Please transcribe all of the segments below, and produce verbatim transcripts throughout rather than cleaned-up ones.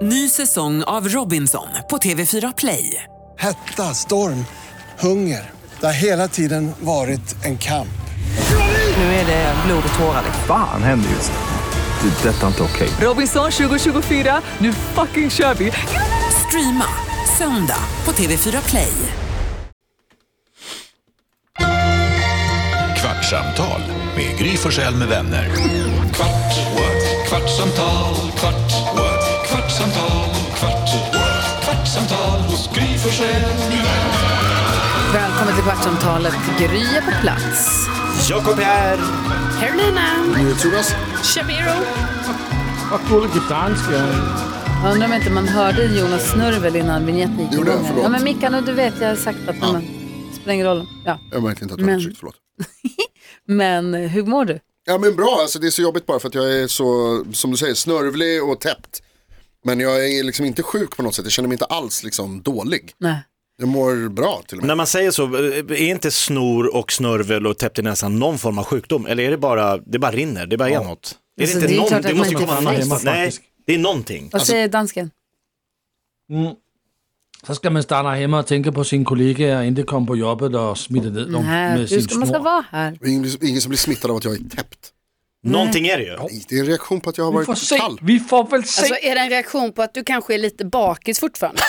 Ny säsong av Robinson på T V fyra Play. Hetta, storm, hunger. Det har hela tiden varit en kamp. Nu är det blod och tårar. Fan händer just det. Det är detta inte okej. Robinson tjugo tjugofyra, nu fucking kör vi. Streama söndag på T V fyra Play. Kvartsamtal med Gry Forssell med vänner. Kvart, what? Kvartsamtal, kvart, what? Kvartsamtal, kvart, what? Kvartsamtal hos Gry Forssell med vänner. Välkommen till Kvartsamtalet. Gry är på plats. Jakob här. Carolina. Jonas. Shabiro. Och gullige danska. Jag undrar om inte man hörde Jonas snurvel innan vignetten gick Gjorde jag, igång. förlåt. Ja, men Mickan, du vet, jag har sagt att ja. Man spelar ingen roll. Ja. Jag märkte inte att Men- jag tryckt, förlåt. Men hur mår du? Ja men bra, alltså det är så jobbigt bara för att jag är så, som du säger, snörvlig och täppt. Men jag är liksom inte sjuk på något sätt, jag känner mig inte alls liksom dålig. Nej. Jag mår bra till och med. När man säger så, är inte snor och snörvel och täppt i näsan någon form av sjukdom? Eller är det bara, det bara rinner, det bara är något? Är Alltså, det inte det är någon, klart att det man måste inte komma får någonstans. hemma, Nej, faktiskt. det är någonting. Vad säger dansken? Mm. Så ska man stanna hemma och tänka på sin kollega och inte komma på jobbet och smitta ner dem Nej, med du sin ska, man ska snor. vara här. Det är ingen, ingen som blir smittad av att jag är täppt. Någonting är det ju. Nej, det är en reaktion på att jag har Vi får varit se, kall. vi får väl se. Alltså är det en reaktion på att du kanske är lite bakis fortfarande?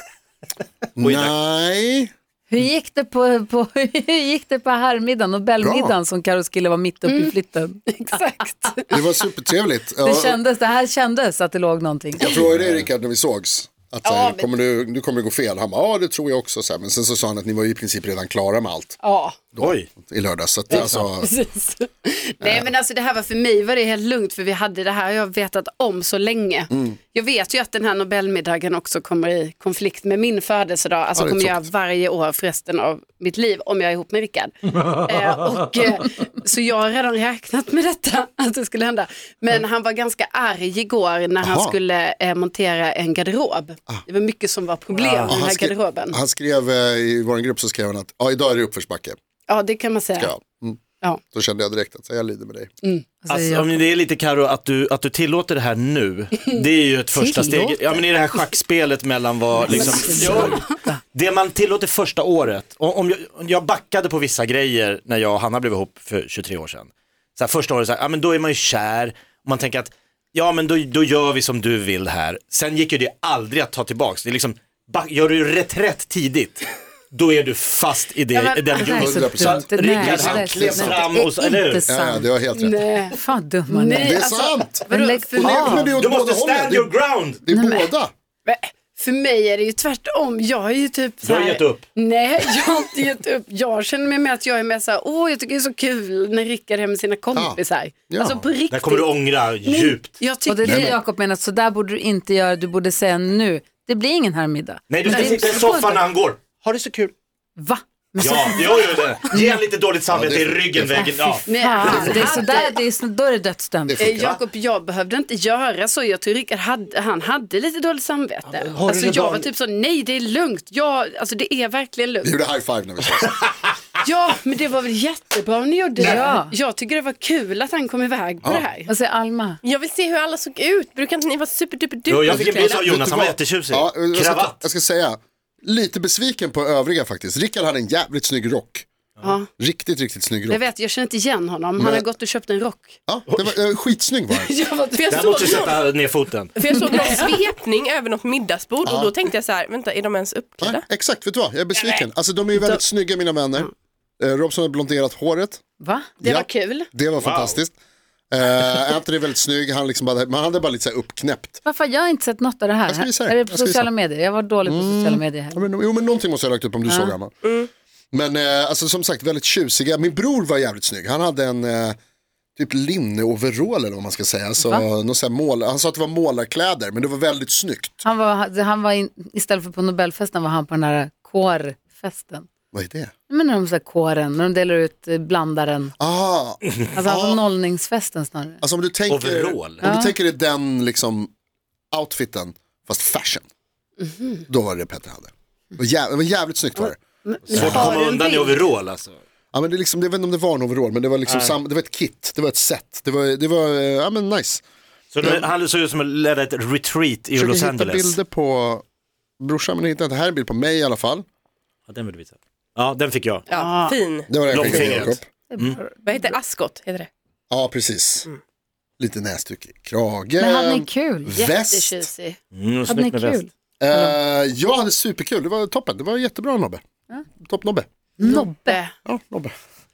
Nej. Hur gick det på, på, hur gick det på herrmiddagen, Nobelmiddagen som Karo skulle vara mitt uppe i flytten? Exakt. Det var supertrevligt. Ja, Det kändes, det här kändes att det låg någonting. jag frågade dig Rickard när vi sågs. Att, så här, Ja, men- kommer du, du kommer det gå fel. Han bara, ja det tror jag också. Så här. Men sen så sa han att ni var i princip redan klara med allt Ja, Oj. i lördags. Så att, alltså, precis. Nej men alltså det här var för mig var det helt lugnt för vi hade det här jag har vetat om så länge. Jag vet ju att den här Nobelmiddagen också kommer i konflikt med min födelsedag. Alltså Ja, det är kommer jag tråkigt. varje år för resten av mitt liv om jag är ihop med Rickard. eh, och, eh, så jag har redan räknat med detta att det skulle hända. Men han var ganska arg igår när han Aha. skulle eh, montera en garderob. Det var mycket som var problem med den han, här skrev, garderoben. han skrev eh, i vår grupp så skrev han att ja, idag är det uppförsbacke. Ja det kan man säga. Ja. Mm. Ja. Då kände jag direkt att så jag lider med dig. Alltså, Alltså, jag, om det är lite Karo att du, att du tillåter det här nu, det är ju ett första steg. Tillåter? Ja men i det här schackspelet mellan vad liksom, ja, det man tillåter första året. Om om jag, om jag backade på vissa grejer när jag och Hanna blev ihop för tjugotre år sedan. Så här, första året så här, ja men då är man ju kär och man tänker att ja men då, då gör vi som du vill här. Sen gick ju det aldrig att ta tillbaks. Det är liksom, back, gör du reträtt tidigt, då är du fast i det. Ja, men- i den det här är så hundra procent. dumt. Nej, Rickard, det han är klev så- fram det och så- är eller hur? inte Ja, sant. det var helt rätt. Nej. Fan dumma Nej. Det är alltså, sant. vadå, lägg för av. mig- Men det är åt Du båda måste hållen. stand Det your är, ground. det är båda. Men för mig är det ju tvärtom. Jag är ju typ så Du har här- gett upp. Nej, jag har inte gett upp. Jag känner mig med att jag är med så här, åh jag tycker det är så kul när Rickard är med sina kompisar. Ja. Alltså på riktigt. Där kommer du ångra djupt. Jag Och tycker det är det Jakob menar, så där borde du inte göra, du borde säga nu. Det blir ingen här middag. Nej, du ska Men- sitta i soffan när han går. Har det så kul. Va? Men så, Ja, det gör ju det. Ge en lite dåligt samvete Ja, det- i ryggen, det- väggen. Ja. Nej, fan, han det är så hade- där, det är så, då är det dödsdömt. Det Eh, funkar. Jakob, jag behövde inte göra så. Jag tror Rickard hade, han hade lite dåligt samvete. har du Alltså det jag bra? var typ så, nej det är lugnt. Jag, alltså det är verkligen Vi lugnt. gjorde high five när vi sågs. Ja, men det var väl jättebra om ni gjorde det. Ja. Jag tycker det var kul att han kom iväg på det här. Vad säger Alma? Jag vill se hur alla såg ut. Brukar inte ni vara superduper Jo, jag fick en bild av Vet Jonas, du han var vad? jättetjusig. Ja, jag, ska, Kravatt. jag ska säga, lite besviken på övriga faktiskt. Rickard hade en jävligt snygg rock. Ja. Riktigt, riktigt snygg Jag rock. vet, jag känner inte igen honom. Han Nej. har gått och köpt en rock. Ja, det var eh, skitsnygg var den. Jag var, För jag Där såg, måste du sätta ner foten. för jag såg någon svepning över något middagsbord och då tänkte jag så här, vänta, är de ens uppklädda? Nej, exakt, vet du vad? Jag är besviken. Alltså de är ju väldigt snygga mina vänner. Eh, Robson har blonderat håret. Va? det Ja. var kul. Det var fantastiskt. Uh, Anthony är väldigt snygg, han liksom bara, man hade bara lite så här uppknäppt. Varför? Jag har inte sett något av det här. Jag ska visa Är dig. det på Jag ska sociala visa. medier? Jag var dålig på sociala medier Ja, här. men, jo men någonting måste jag ha lagt upp om du såg honom. Men eh, alltså som sagt väldigt tjusiga. Min bror var jävligt snygg. Han hade en eh, typ linne-overall eller vad man ska säga. Så, någon så här mål, han sa att det var målarkläder men det var väldigt snyggt. Han var, han var in, istället för på Nobelfesten var han på den här kårfesten. Vad är det? Men när de säger kåren, när de delar ut eh, blandaren. Ah, Alltså han var nollningsfesten snarare. alltså om du tänker, Overall. om du tänker dig den liksom outfiten fast fashion. Då var det Petter hade. Det var, jäv, det var jävligt snyggt var det. Svårt att komma undan i overall alltså. Ja men det är liksom, jag vet inte om det var en overall men det var liksom sam, det var ett kit, det var ett set. Det var, det var, ja men nice. Så nu, han såg ut som att ledde ett retreat i Los Angeles. Hitta bilder på brorsan, men inte. Det här är en bild på mig i alla fall. Ja, den vill du visa. Ja, den fick jag. Ja, fin. Det var det jag fick, Långfingret. Mm. Vad heter Ascot? Heter det? Ja, precis. Mm. Lite nässtycke i krage. Men hade ni kul? Väst. Jättetjusig. Mm, hade ni kul? Uh, jag hade superkul, det var toppen. Det var jättebra Nobbe. Ja. Topp Nobbe. Nobbe. Ja, Nobbe.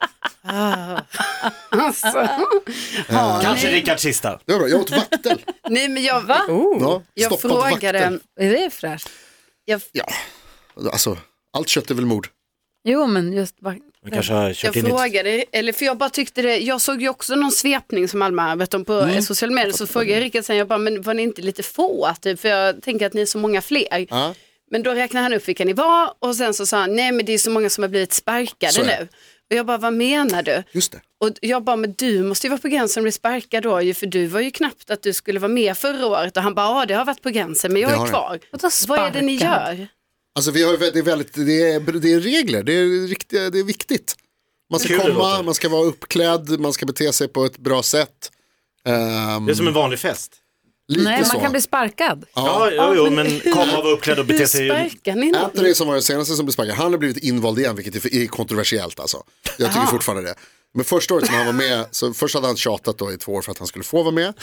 Ah. Alltså. Uh, Kanske Rickards sista. Det var bra, jag åt vaktel. Nej, men jag, va? Oh. Ja, jag frågade, vaktel. Är det fräscht? Jag... Ja, alltså allt kött är väl mord. Jo, men just kanske har jag frågade, eller för jag bara tyckte det, jag såg ju också någon svepning som Alma vet om på mm. sociala medier, så frågade jag Rickard sen, jag bara, men var ni inte lite få typ, för jag tänker att ni är så många fler. Ja. Men då räknade han upp vilka ni var och sen så sa han, nej men det är så många som har blivit sparkade nu. Och jag bara, vad menar du? Just det. Och jag bara, men du måste ju vara på gränsen att bli sparkad då, för du var ju knappt att du skulle vara med förra året. Och han bara, ja det har varit på gränsen, men jag är kvar. Vad är det ni gör? Alltså vi har, det, är väldigt, det, är, det är regler, det är, riktigt, det är viktigt. Man ska komma, man ska vara uppklädd, man ska bete sig på ett bra sätt. Um, det är som en vanlig fest. Lite Nej, man så. kan bli sparkad. Ja, ja jo, jo, men komma och vara uppklädd och bete sig. Anthony som var den senaste som blev sparkad, han har blivit invald igen, vilket är kontroversiellt alltså. Jag tycker Aha. fortfarande det. Men första året som han var med, så först hade han tjatat då i två år för att han skulle få vara med.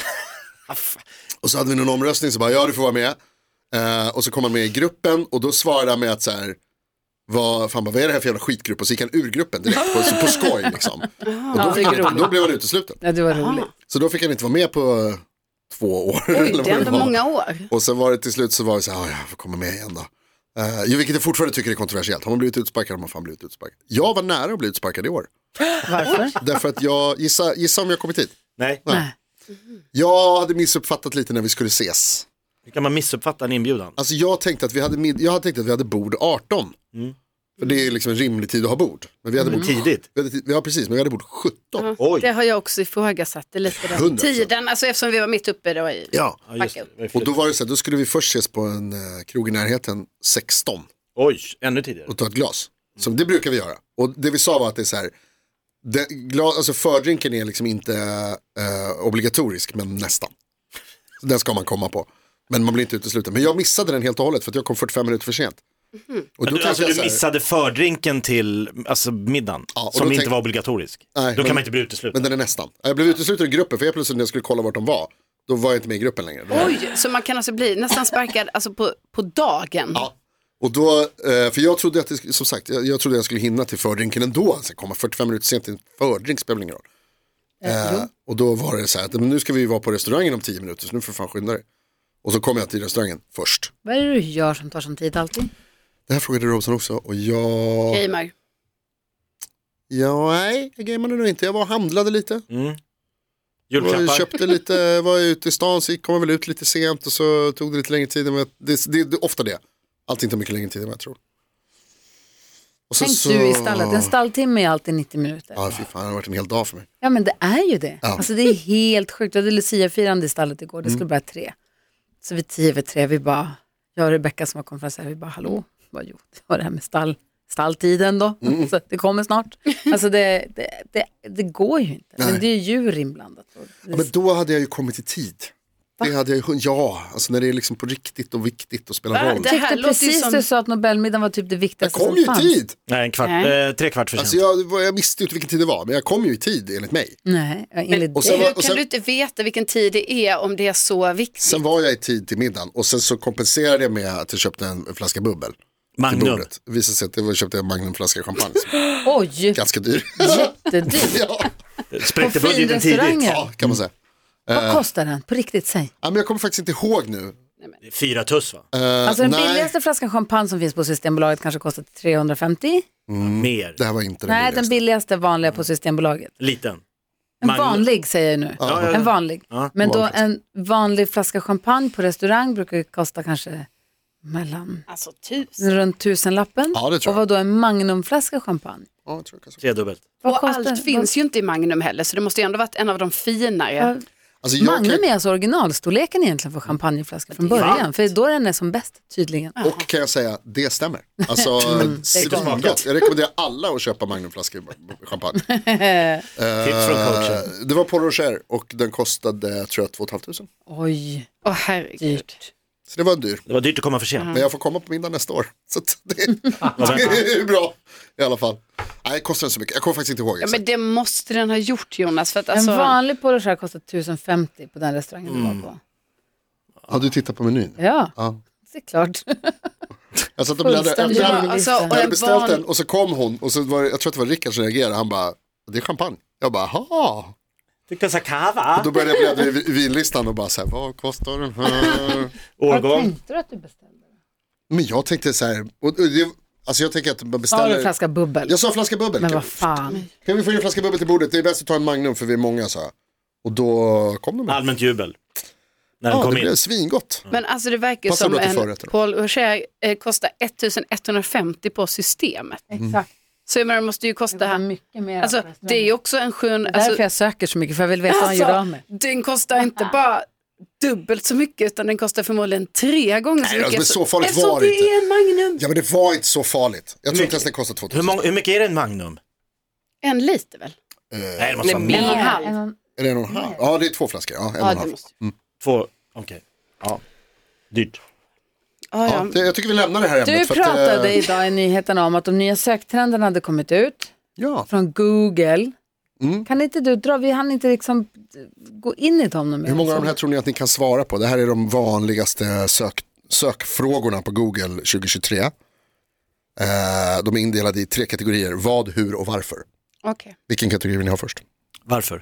Och så hade vi någon omröstning så bara, ja du får vara med. Uh, och så kom han med i gruppen och då svarade han med att så här, vad, fan, vad är det här för jävla skitgrupp? Och så gick han ur gruppen direkt på, på skoj liksom. Och då, fick han, då blev han utesluten. Ja, det var roligt. Så då fick han inte vara med på två år. Oj, det är ändå många år. Och sen var det till slut så var det så här, ah, jag får komma med igen då. Uh, vilket jag fortfarande tycker är kontroversiellt. Har man blivit utsparkad har man fan blivit utsparkad. Jag var nära att bli utsparkad i år. Varför? Därför att jag, gissa, gissa om jag kommit hit. Nej. Nej. Jag hade missuppfattat lite när vi skulle ses. Hur kan man missuppfatta en inbjudan? Alltså jag tänkte att vi hade, jag hade tänkt att vi hade bord arton. Mm. För det är liksom en rimlig tid att ha bord. Men vi hade mm. bord tidigt. Vi hade, ja precis, men vi hade bord sjutton. Mm. Oj. Det har jag också ifrågasatt det lite den tiden, alltså eftersom vi var mitt uppe då i. Ja, just det. Och då var det så här, då skulle vi först ses på en eh, krog i närheten sexton. Oj, ännu tidigare. Och ta ett glas. Så det brukar vi göra. Och det vi sa var att det är så här, det, glas, alltså fördrinken är liksom inte eh, obligatorisk, men nästan. Så den ska man komma på. Men man blir inte utesluten. Men jag missade den helt och hållet för att jag kom fyrtiofem minuter för sent. Mm. Och då du, alltså du här, missade fördrinken till alltså middagen ja, som inte tänk, var obligatorisk. Nej, då kan men, man inte bli utesluten. Men den är nästan. Jag blev utesluten i gruppen för jag plötsligt när jag skulle kolla vart de var. Då var jag inte med i gruppen längre. Oj, så man kan alltså bli nästan sparkad alltså på, på dagen. Ja. Och då, för jag trodde att det, som sagt, jag, jag trodde jag skulle hinna till fördrinken ändå. Alltså komma fyrtiofem minuter sent till en fördrink spelar ingen roll. Mm. Eh, och då var det så här att nu ska vi vara på restaurangen om tio minuter så nu får fan skynda dig. Och så kom jag till restaurangen först. Vad är det du gör som tar sån tid alltid? Det här frågade Robson också och jag... Gamer. Ja, nej, jag gamade nog inte. Jag var och handlade lite. Mm. Jag köpte lite, var ute i stan så kom jag väl ut lite sent och så tog det lite längre tid. Men det, det, det är ofta det. Allting tar mycket längre tid än jag tror. Och Tänk så, du i stallet, en stalltimme är alltid nittio minuter. Ja, fy fan, det har varit en hel dag för mig. Ja, men det är ju det. Ja. Alltså det är helt sjukt. Jag hade Lucia-firande i stallet igår, det skulle mm. börja tre. Så vid tio över tre, vi bara, jag och Rebecka som har konferens här, vi bara, hallå, vad jo, det var det här med stall, stalltiden då. Mm. Så det kommer snart. Alltså det, det, det, det går ju inte. Nej. Men det är djur inblandat. Ja, men då hade jag ju kommit i tid. Det hade jag, ja, alltså när det är liksom på riktigt och viktigt att spela roll. Det här precis som... du sa att Nobelmiddagen var typ det viktigaste som fanns. Jag kom ju i tid. Nej, en kvart, eh, tre kvart för sent. Alltså jag, jag visste ju inte vilken tid det var, men jag kom ju i tid enligt mig. Nej, enligt och sen, var, och sen, kan du inte veta vilken tid det är om det är så viktigt? Sen var jag i tid till middagen och sen så kompenserade jag med att jag köpte en flaska bubbel. Magnum. Det visade sig att jag köpte en Magnumflaska champagne. Oj! Ganska dyr. Jättedyr. Ja. Spräckte budgeten tidigt. Ja, kan man säga. Vad kostar den? På riktigt, säg. Ja, men jag kommer faktiskt inte ihåg nu. Det är fyra tuss va? Uh, alltså den nej. billigaste flaskan champagne som finns på Systembolaget kanske kostar trehundrafemtio. Mm. Mer. Det här var inte den nej, billigaste. den billigaste vanliga på Systembolaget. Liten. En Magnum. vanlig säger jag nu. Ja, ja, ja. En vanlig. Ja, men då vanligt. en vanlig flaska champagne på restaurang brukar kosta kanske mellan alltså, tusen. runt tusenlappen. Ja, det tror jag. Och vad då en Magnumflaska champagne? Ja, jag tror jag Tredubbelt. Och allt finns ju inte i Magnum heller, så det måste ju ändå varit en av de finare. Ja. Alltså jag Magnum kan, är alltså originalstorleken egentligen för champagneflaskor från början. För då den är som bäst tydligen. och kan jag säga, det stämmer. Alltså, svingott. Jag rekommenderar alla att köpa Magnumflaskor champagne. Tips från coachen. Eh, det var Paul Rocher och den kostade, tror jag, två tusen femhundra. Oj, Åh herregud. dyrt. Så det var dyr. Det var dyrt att komma för sent. Men jag får komma på middag nästa år. Så att det, det är bra i alla fall. Nej, kostar den så mycket? Jag kommer faktiskt inte ihåg Ja, exakt. men det måste den ha gjort, Jonas. För att, alltså... En vanlig Polo Rocher kostar tusen femtio på den restaurangen du var på. Har du tittat på menyn? Ja, Ja. det är klart. Jag satt och bläddrade efter Fullständigt jag vanlig alltså, lista. och hade en beställt van- den och så kom hon och så var det, jag tror att det var Rickard som reagerade. Han bara, det är champagne. Jag bara, ha. Tyckte jag sa kava. Då började jag bläddra i vinlistan och bara så här, vad kostar den här? Vad Årgång. tänkte du att du beställde? Men jag tänkte så här, och det, alltså jag tänker att man Sa du en beställer. flaska bubbel? Jag sa flaska bubbel. Men Kan, vad fan. kan vi få in en flaska bubbel till bordet? Det är bäst att ta en Magnum för vi är många, så här. Och då kom de med. Allmänt jubel. När den Ja, kom det in. blev svingott. Men alltså det verkar Passar som bra till en förrätter. Paul Rocher eh, kostar ettusenetthundrafemtio på systemet. Exakt. Så jag menar, det måste ju Det kosta var här. mycket mer. Alltså det är ju också en sjön. därför Alltså, jag söker så mycket, för jag vill veta vad han gjorde av alltså, mig. den kostar inte bara dubbelt så mycket, utan den kostar förmodligen tre gånger så Nej, mycket. men så farligt Eftersom var det det är en Magnum. Ja, men det var inte så farligt. Jag tror inte ens den kostade Hur, tvåtusen. många, hur mycket är det en Magnum? En liter väl? Nej, det måste vara Nej, En mer. och en halv. En- Är det en och en halv? Ja, det är två flaskor. Ja, en och Ja, en det halv. måste. Två, okej. Ja. Dyrt. Ja, Ja, ja. det, jag tycker vi lämnar det här Du ämnet. för att, pratade eh, idag i nyheterna om att de nya söktrenderna hade kommit ut Ja, från Google. Mm. Kan inte du dra, vi hann inte liksom gå in i dem mer. hur många av de här tror ni att ni kan svara på? Det här är de vanligaste sök, sökfrågorna på Google tjugohundratjugotre. Eh, de är indelade i tre kategorier. Vad, hur och varför. Okej. Vilken kategori vill ni ha först? Varför?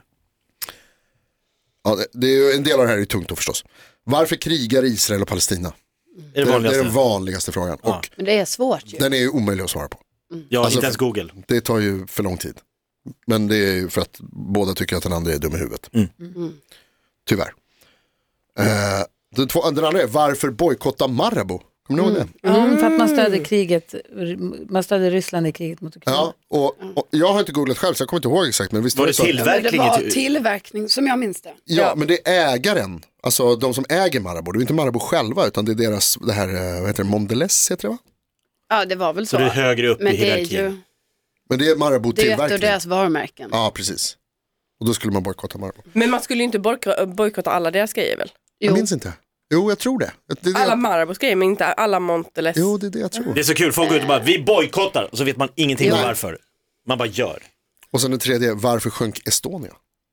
Ja, det, det är ju, en del av det här är ju tungt då förstås. Varför krigar Israel och Palestina? Är det Det, det är vanligaste? den vanligaste frågan. Ja. Och Men det är svårt ju. den är ju omöjlig att svara på. Ja, Alltså, inte ens Google. Det tar ju för lång tid. Men det är ju för att båda tycker att den andra är dum i huvudet. Mm. Tyvärr. Eh, den, två, den andra är, varför bojkotta Marabou? Kommer ni ihåg det? Mm, för att man stödde kriget, man stödde Ryssland i kriget mot Ukraina. Ja, och, och jag har inte googlat själv så jag kommer inte ihåg exakt. Men visst Var var det det så? Ja, men det tillverkning? var i- tillverkning som jag minns det. Ja, men det är ägaren. Alltså de som äger Marabou. Det är inte Marabou själva utan det är deras, det här, eh, vad heter det, Mondelez heter det va? Ja, det var väl så. Så det är högre upp Men i det är hierarkin. ju Men det är det är ett Marabou-tillverkning. av deras varumärken. Ja, precis. Och då skulle man bojkotta Marabou. Men man skulle ju inte bojko- bojkotta alla deras grejer väl? Jag Jo. minns inte. Jo, jag tror det. det, är det Alla Marabous grejer, men inte alla Mondelez. Jo, det är det jag tror. Det är så kul, folk går ut och bara, vi bojkottar, och så vet man ingenting om Nej. varför. Man bara gör. Och sen den tredje, varför sjönk Estonia?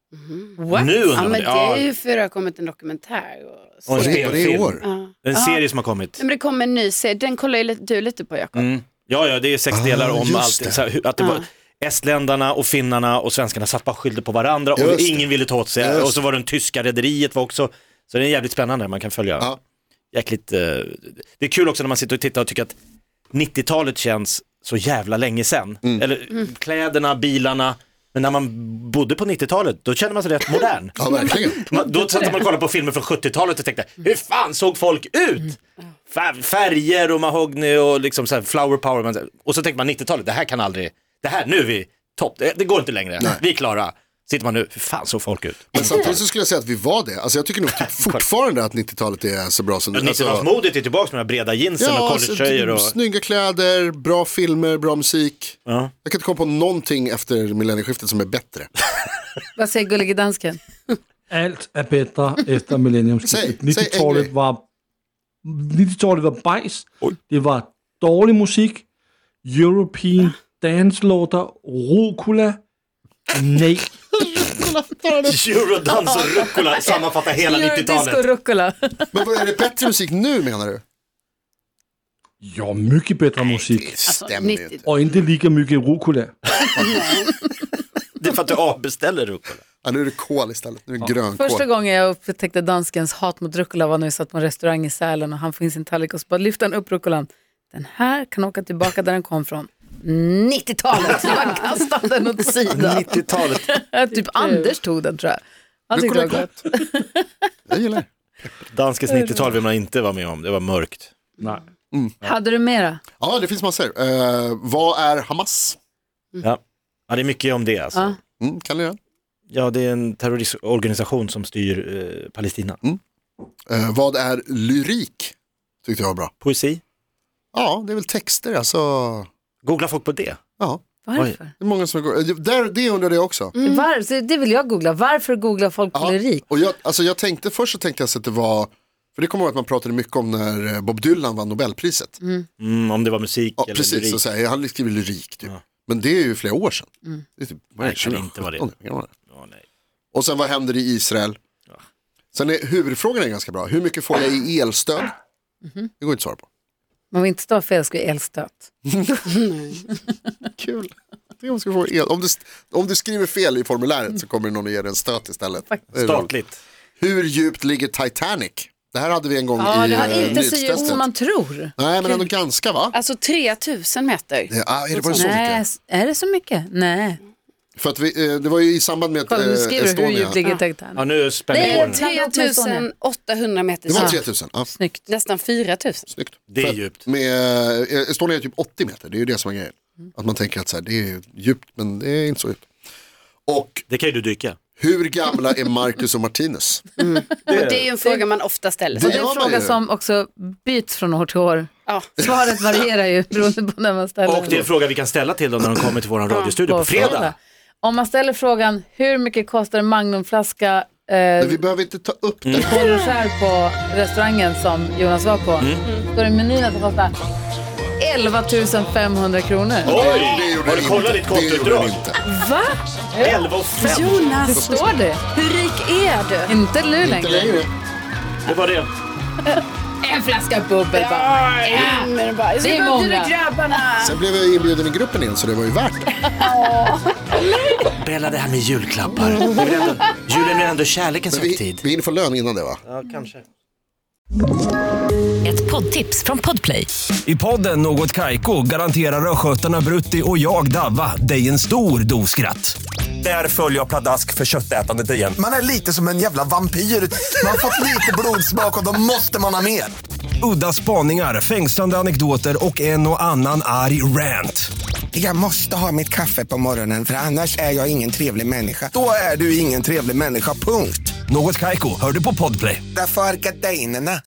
What? Nu Ja, undrar men man, det ja, är ju för att det har kommit en dokumentär. Och... och en Var det, var det i spelfilm. år? Ja. En serie som har kommit. Men det kommer en ny serie, den kollar ju lite- du lite på, Jakob. Mm. Ja, ja, det är sex Ah, delar om just allt. det. Så här, hur- att det var, estländarna och finnarna och svenskarna satt bara skyllde på varandra och Just det. ingen ville ta åt sig. Just Och så var det en tyska rederiet var också. Så det är jävligt spännande, man kan följa. Ja. Jäkligt, eh, det är kul också när man sitter och tittar och tycker att nittiotalet känns så jävla länge sedan. Mm. Eller kläderna, bilarna. Men när man bodde på nittiotalet, då kände man sig rätt modern. Ja, verkligen. Man, då satt man och kollade på filmer från sjuttiotalet och tänkte, hur fan såg folk ut? Fär- Färger och mahogny och liksom så här flower power. Men, och så tänkte man nittiotalet, det här kan aldrig, det här, nu är vi topp, det, det går inte längre, vi är klara. Sitter man nu, hur fan såg folk ut? Men samtidigt så skulle jag säga att vi var det. Alltså jag tycker nog typ fortfarande att nittiotalet är så bra som alltså, nittiotalsmodet är tillbaka med de här breda jeansen och alltså, collegetröjor och... snygga kläder, bra filmer, bra musik. Ja. Jag kan inte komma på någonting efter millennieskiftet som är bättre. Vad säger gullige dansken? Allt är bättre efter Säg- millenniumskiftet. säg nittiotalet en var, nittiotalet var bajs. Oj. Det var dålig musik, European danslåtar, rucola. Nej. Eurodans och rucola sammanfattar hela Disco nittiotalet. rucola. Men vad är det bättre musik nu menar du? Ja, mycket bättre musik. Det stämmer ju nittio. inte. Och inte lika mycket rucola. Det är för att du avbeställer rucola. Ja, nu är det kol istället. Nu är det grönkål. Första gången jag upptäckte danskens hat mot rucola var när vi satt på en restaurang i Sälen och han får in sin tallrik och så bara lyfte han upp rucolan. Den här kan åka tillbaka där den kom från. nittiotalet, så man kastade den åt sidan. nittiotalet. Typ Anders tog den tror jag. Han tyckte det var gott. Jag gillar det. Danskens nittiotal vill man inte vara med om, det var mörkt. Nej. Hade du mera? Ja, det finns massor. Uh, vad är Hamas? Ja. Ja, det är mycket om det alltså. Ja. Mm, kan ni det? Ja, det är en terroristorganisation som styr eh, Palestina. Mm. Eh, vad är lyrik? Tyckte jag var bra. Poesi? Ja, det är väl texter. Alltså... Googlar folk på det? Ja. Varför? Det är många som går... Där, det undrar jag också. Mm. Var, det vill jag googla. Varför googlar folk på ja. lyrik? Och jag, alltså jag tänkte, först så tänkte jag att det var... För det kommer ihåg att man pratade mycket om när Bob Dylan vann Nobelpriset. Mm. Mm, om det var musik ja, eller precis, lyrik. Så säger, han skriver lyrik typ. Ja. Men det är ju flera år sedan. Mm. Det är typ, nej, det kan inte vara det. Ja, ja, nej. Och sen vad händer i Israel? Ja. Sen är huvudfrågan är ganska bra. Hur mycket får jag i elstöd? Mm-hmm. Det går inte att svara på. Man vill inte stå fel, ska elstöt. Kul. Man ska få el. Om, du, om du skriver fel i formuläret så kommer någon att ge dig en stöt istället. Statligt. Hur djupt ligger Titanic? Det här hade vi en gång ja, i det har uh, inte så djupt som man tror. Nej, men ändå ganska, va? Alltså tre tusen meter. Ja, ah, är det bara så Nej, mycket? är det så mycket? Nej. För att vi, det var ju i samband med Kolla, nu skriver Estonia. hur djupt ligger Titanic. Ja, nu spänner Nej, jag tre tusen åttahundra meter. Det var tre tusen. Ja. Snyggt. Nästan fyra tusen. Snyggt. Det är djupt. Med, Estonia är typ åttio meter, det är ju det som är grejen. Att man tänker att så här, det är djupt, men det är inte så djupt. Och det kan ju du dyka. Hur gamla är Marcus och Martinus? Mm. Och det är ju en fråga man ofta ställer. Det, det är en fråga som också byts från år till år. Ja. Svaret varierar ju beroende på när man ställer. Och det är en fråga vi kan ställa till dem när de kommer till vår radiostudio på fredag. fredag. Om man ställer frågan, hur mycket kostar en Magnumflaska? Eh, Men vi behöver inte ta upp det. Mm. På restaurangen som Jonas var på. Mm. Står det i menyn att det kostar elva tusen femhundra kronor. Oj, det gjorde har du kollat ditt kontoutdrag? Va? elva och fem. Jonas, det står det. Hur rik är du? Inte nu längre. längre. Det var det. En flaska bubbel bara. Ja, en, men bara. Det är många. Grabbarna. Sen blev jag inbjuden i gruppen igen, så det var ju värt det. Bella, det här med julklappar. Det är ändå, julen är ändå kärlekens högtid. Vi hinner få lön innan det, va? Ja, kanske. Ett poddtips från Podplay. I podden Något Kaiko garanterar röskötarna Brutti och jag Davva dig en stor doskratt. Där följer jag pladask för köttätandet igen. Man är lite som en jävla vampyr. Man har fått lite blodsmak och då måste man ha mer. Udda spaningar, fängslande anekdoter och en och annan arg rant. Jag måste ha mitt kaffe på morgonen, för annars är jag ingen trevlig människa. Då är du ingen trevlig människa, punkt. Något Kaiko, hör du på Podplay. Därför är gardinerna.